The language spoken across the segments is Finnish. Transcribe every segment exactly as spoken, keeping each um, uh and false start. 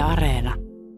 Areena.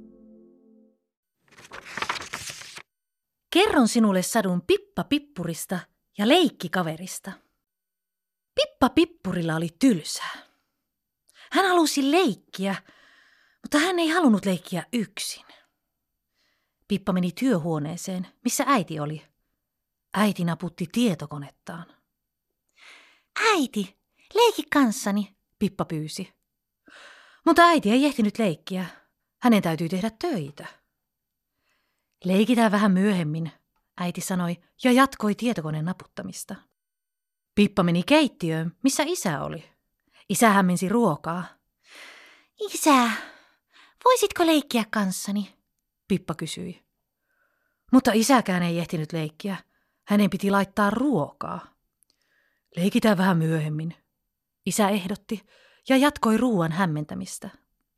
Kerron sinulle sadun Pippa Pippurista ja leikkikaverista. Pippa Pippurilla oli tylsää. Hän halusi leikkiä, mutta hän ei halunnut leikkiä yksin. Pippa meni työhuoneeseen, missä äiti oli. Äiti naputti tietokonettaan. Äiti, leiki kanssani, Pippa pyysi. Mutta äiti ei ehtinyt leikkiä. Hänen täytyy tehdä töitä. Leikitään vähän myöhemmin, äiti sanoi ja jatkoi tietokoneen naputtamista. Pippa meni keittiöön, missä isä oli. Isä hämmensi ruokaa. Isä, voisitko leikkiä kanssani? Pippa kysyi. Mutta isäkään ei ehtinyt leikkiä. Hänen piti laittaa ruokaa. Leikitään vähän myöhemmin, isä ehdotti ja jatkoi ruoan hämmentämistä.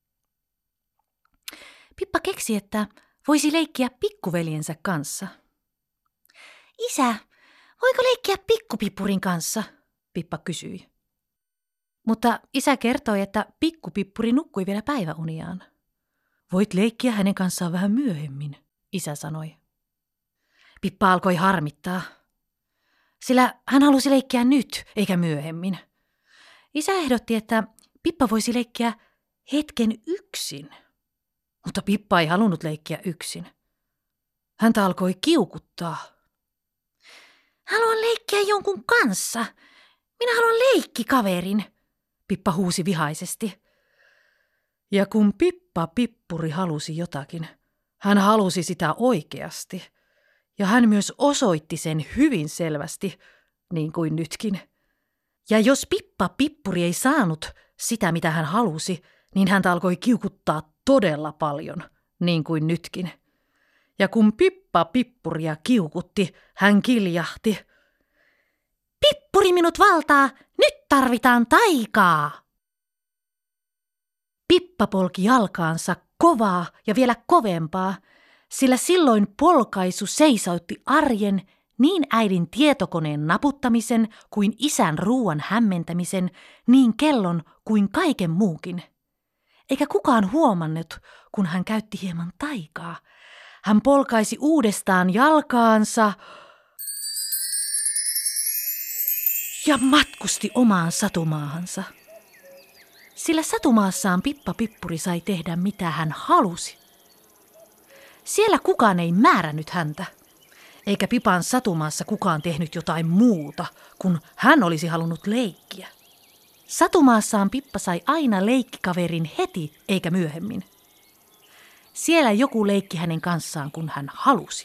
Pippa keksi, että voisi leikkiä pikkuveljensä kanssa. Isä, voiko leikkiä pikkupippurin kanssa? Pippa kysyi. Mutta isä kertoi, että pikkupippuri nukkui vielä päiväuniaan. Voit leikkiä hänen kanssaan vähän myöhemmin, isä sanoi. Pippa alkoi harmittaa, sillä hän halusi leikkiä nyt eikä myöhemmin. Isä ehdotti, että Pippa voisi leikkiä hetken yksin. Mutta Pippa ei halunnut leikkiä yksin. Häntä alkoi kiukuttaa. Haluan leikkiä jonkun kanssa. Minä haluan leikkikaverin, Pippa huusi vihaisesti. Ja kun Pippa Pippuri halusi jotakin, hän halusi sitä oikeasti. Ja hän myös osoitti sen hyvin selvästi, niin kuin nytkin. Ja jos Pippa Pippuri ei saanut sitä, mitä hän halusi, niin häntä alkoi kiukuttaa todella paljon, niin kuin nytkin. Ja kun Pippa Pippuria kiukutti, hän kiljahti. Pippuri minut valtaa, nyt tarvitaan taikaa! Pippa polki jalkaansa kovaa ja vielä kovempaa, sillä silloin polkaisu seisautti arjen niin äidin tietokoneen naputtamisen kuin isän ruuan hämmentämisen, niin kellon kuin kaiken muukin. Eikä kukaan huomannut, kun hän käytti hieman taikaa. Hän polkaisi uudestaan jalkaansa ja matkusti omaan satumaahansa. Sillä satumaassaan Pippa Pippuri sai tehdä mitä hän halusi. Siellä kukaan ei määrännyt häntä, eikä Pipan satumaassa kukaan tehnyt jotain muuta, kun hän olisi halunnut leikkiä. Satumaassaan Pippa sai aina leikkikaverin heti eikä myöhemmin. Siellä joku leikki hänen kanssaan, kun hän halusi.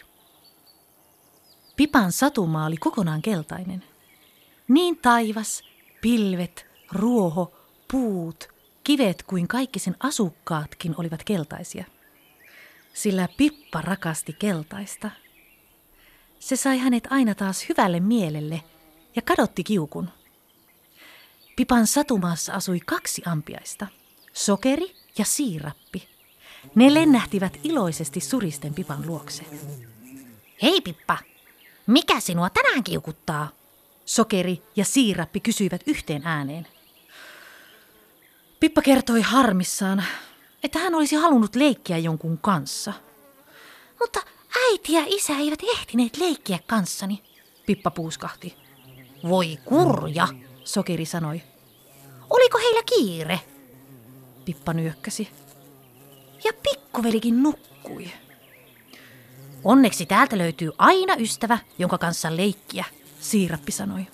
Pipan satumaa oli kokonaan keltainen. Niin taivas, pilvet, ruoho, puut, kivet kuin kaikki sen asukkaatkin olivat keltaisia. Sillä Pippa rakasti keltaista. Se sai hänet aina taas hyvälle mielelle ja kadotti kiukun. Pipan satumaassa asui kaksi ampiaista, Sokeri ja Siirappi. Ne lennähtivät iloisesti suristen Pipan luokse. Hei Pippa, mikä sinua tänään kiukuttaa? Sokeri ja Siirappi kysyivät yhteen ääneen. Pippa kertoi harmissaan, että hän olisi halunnut leikkiä jonkun kanssa. Mutta äiti ja isä eivät ehtineet leikkiä kanssani, Pippa puuskahti. Voi kurja, Sokeri sanoi. Oliko heillä kiire? Pippa nyökkäsi. Ja pikkuvelikin nukkui. Onneksi täältä löytyy aina ystävä, jonka kanssa leikkiä, Siirappi sanoi.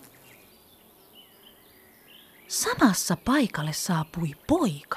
Samassa paikalle saapui poika.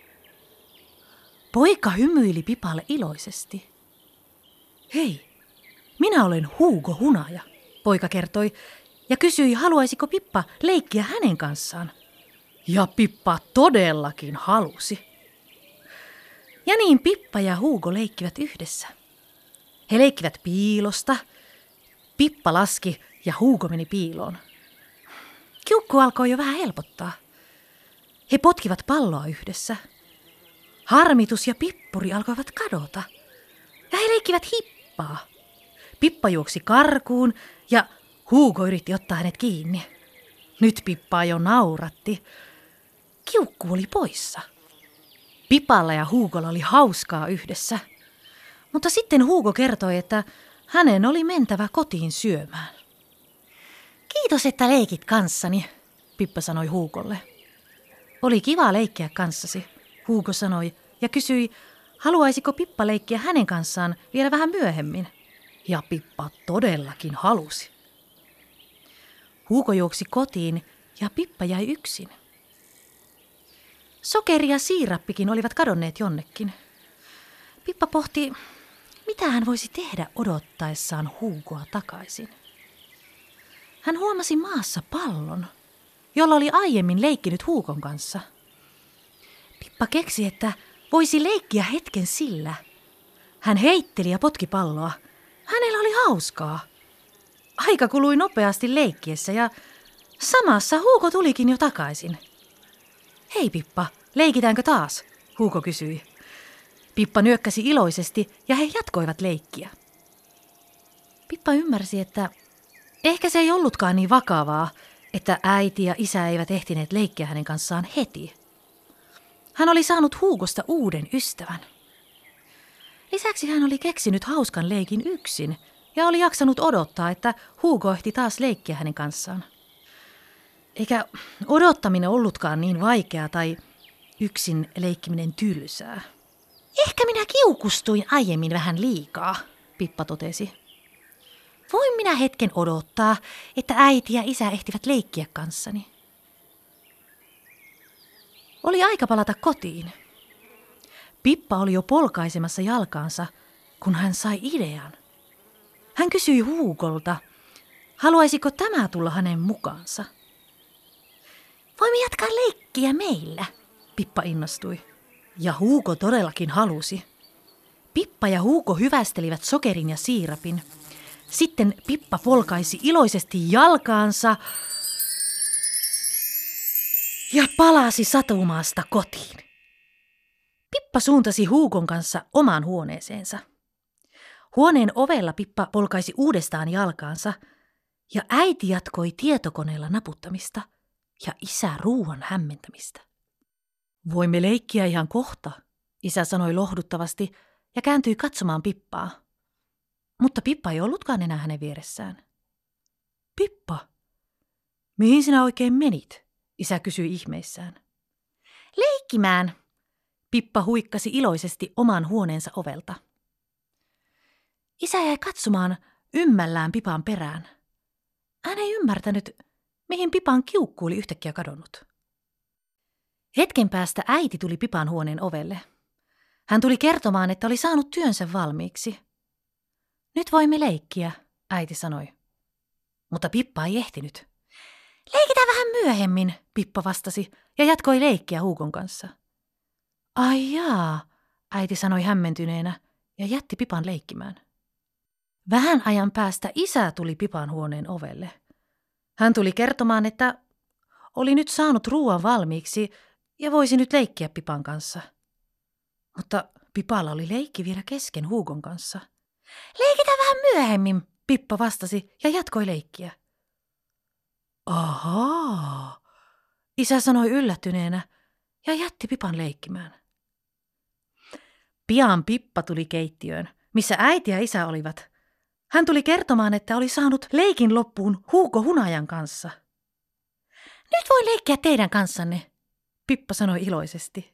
Poika hymyili Pipalle iloisesti. Hei, minä olen Hugo Hunaja, poika kertoi ja kysyi, haluaisiko Pippa leikkiä hänen kanssaan. Ja Pippa todellakin halusi. Ja niin Pippa ja Hugo leikkivät yhdessä. He leikkivät piilosta. Pippa laski ja Hugo meni piiloon. Kiukku alkoi jo vähän helpottaa. He potkivat palloa yhdessä. Harmitus ja Pippuri alkoivat kadota. Ja he leikkivät hippaa. Pippa juoksi karkuun ja Hugo yritti ottaa hänet kiinni. Nyt Pippaa jo nauratti. Kiukku oli poissa. Pipalla ja Hugolla oli hauskaa yhdessä. Mutta sitten Hugo kertoi, että hänen oli mentävä kotiin syömään. Kiitos, että leikit kanssani, Pippa sanoi Hugolle. Oli kiva leikkiä kanssasi, Hugo sanoi ja kysyi, haluaisiko Pippa leikkiä hänen kanssaan vielä vähän myöhemmin. Ja Pippa todellakin halusi. Hugo juoksi kotiin ja Pippa jäi yksin. Sokeri ja siirappikin olivat kadonneet jonnekin. Pippa pohti, mitä hän voisi tehdä odottaessaan Hugoa takaisin. Hän huomasi maassa pallon, jolla oli aiemmin leikkinyt Hugon kanssa. Pippa keksi, että voisi leikkiä hetken sillä. Hän heitteli ja potki palloa. Hänellä oli hauskaa. Aika kului nopeasti leikkiessä ja samassa Hugo tulikin jo takaisin. Hei Pippa, leikitäänkö taas? Hugo kysyi. Pippa nyökkäsi iloisesti ja he jatkoivat leikkiä. Pippa ymmärsi, että ehkä se ei ollutkaan niin vakavaa, että äiti ja isä eivät ehtineet leikkiä hänen kanssaan heti. Hän oli saanut Hugosta uuden ystävän. Lisäksi hän oli keksinyt hauskan leikin yksin ja oli jaksanut odottaa, että Hugo ehti taas leikkiä hänen kanssaan. Eikä odottaminen ollutkaan niin vaikeaa tai yksin leikkiminen tylsää. Ehkä minä kiukustuin aiemmin vähän liikaa, Pippa totesi. Voin minä hetken odottaa, että äiti ja isä ehtivät leikkiä kanssani. Oli aika palata kotiin. Pippa oli jo polkaisemassa jalkaansa, kun hän sai idean. Hän kysyi Hugolta, haluaisiko tämä tulla hänen mukaansa. Voimme jatkaa leikkiä meillä, Pippa innostui. Ja Hugo todellakin halusi. Pippa ja Hugo hyvästelivät sokerin ja siirapin. Sitten Pippa polkaisi iloisesti jalkaansa ja palasi satumaasta kotiin. Pippa suuntasi Hugon kanssa omaan huoneeseensa. Huoneen ovella Pippa polkaisi uudestaan jalkaansa ja äiti jatkoi tietokoneella naputtamista ja isä ruuan hämmentämistä. Voimme leikkiä ihan kohta, isä sanoi lohduttavasti ja kääntyi katsomaan Pippaa. Mutta Pippa ei ollutkaan enää hänen vieressään. Pippa, mihin sinä oikein menit? Isä kysyi ihmeissään. Leikkimään, Pippa huikkasi iloisesti oman huoneensa ovelta. Isä jäi katsomaan ymmällään Pipan perään. Hän ei ymmärtänyt, mihin Pipan kiukku oli yhtäkkiä kadonnut. Hetken päästä äiti tuli Pipan huoneen ovelle. Hän tuli kertomaan, että oli saanut työnsä valmiiksi. Nyt voimme leikkiä, äiti sanoi. Mutta Pippa ei ehtinyt. Leikitään vähän myöhemmin, Pippa vastasi ja jatkoi leikkiä Hugon kanssa. Ai jaa, äiti sanoi hämmentyneenä ja jätti Pipan leikkimään. Vähän ajan päästä isä tuli Pipan huoneen ovelle. Hän tuli kertomaan, että oli nyt saanut ruoan valmiiksi ja voisi nyt leikkiä Pipan kanssa. Mutta Pipalla oli leikki vielä kesken Hugon kanssa. Leikitään vähän myöhemmin, Pippa vastasi ja jatkoi leikkiä. Ahaa, isä sanoi yllättyneenä ja jätti Pipan leikkimään. Pian Pippa tuli keittiöön, missä äiti ja isä olivat. Hän tuli kertomaan, että oli saanut leikin loppuun Hugo Hunajan kanssa. Nyt voin leikkiä teidän kanssanne, Pippa sanoi iloisesti.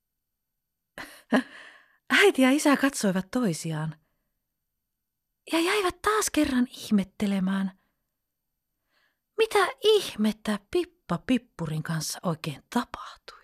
Äiti ja isä katsoivat toisiaan ja jäivät taas kerran ihmettelemään, mitä ihmettä Pippa Pippurin kanssa oikein tapahtui.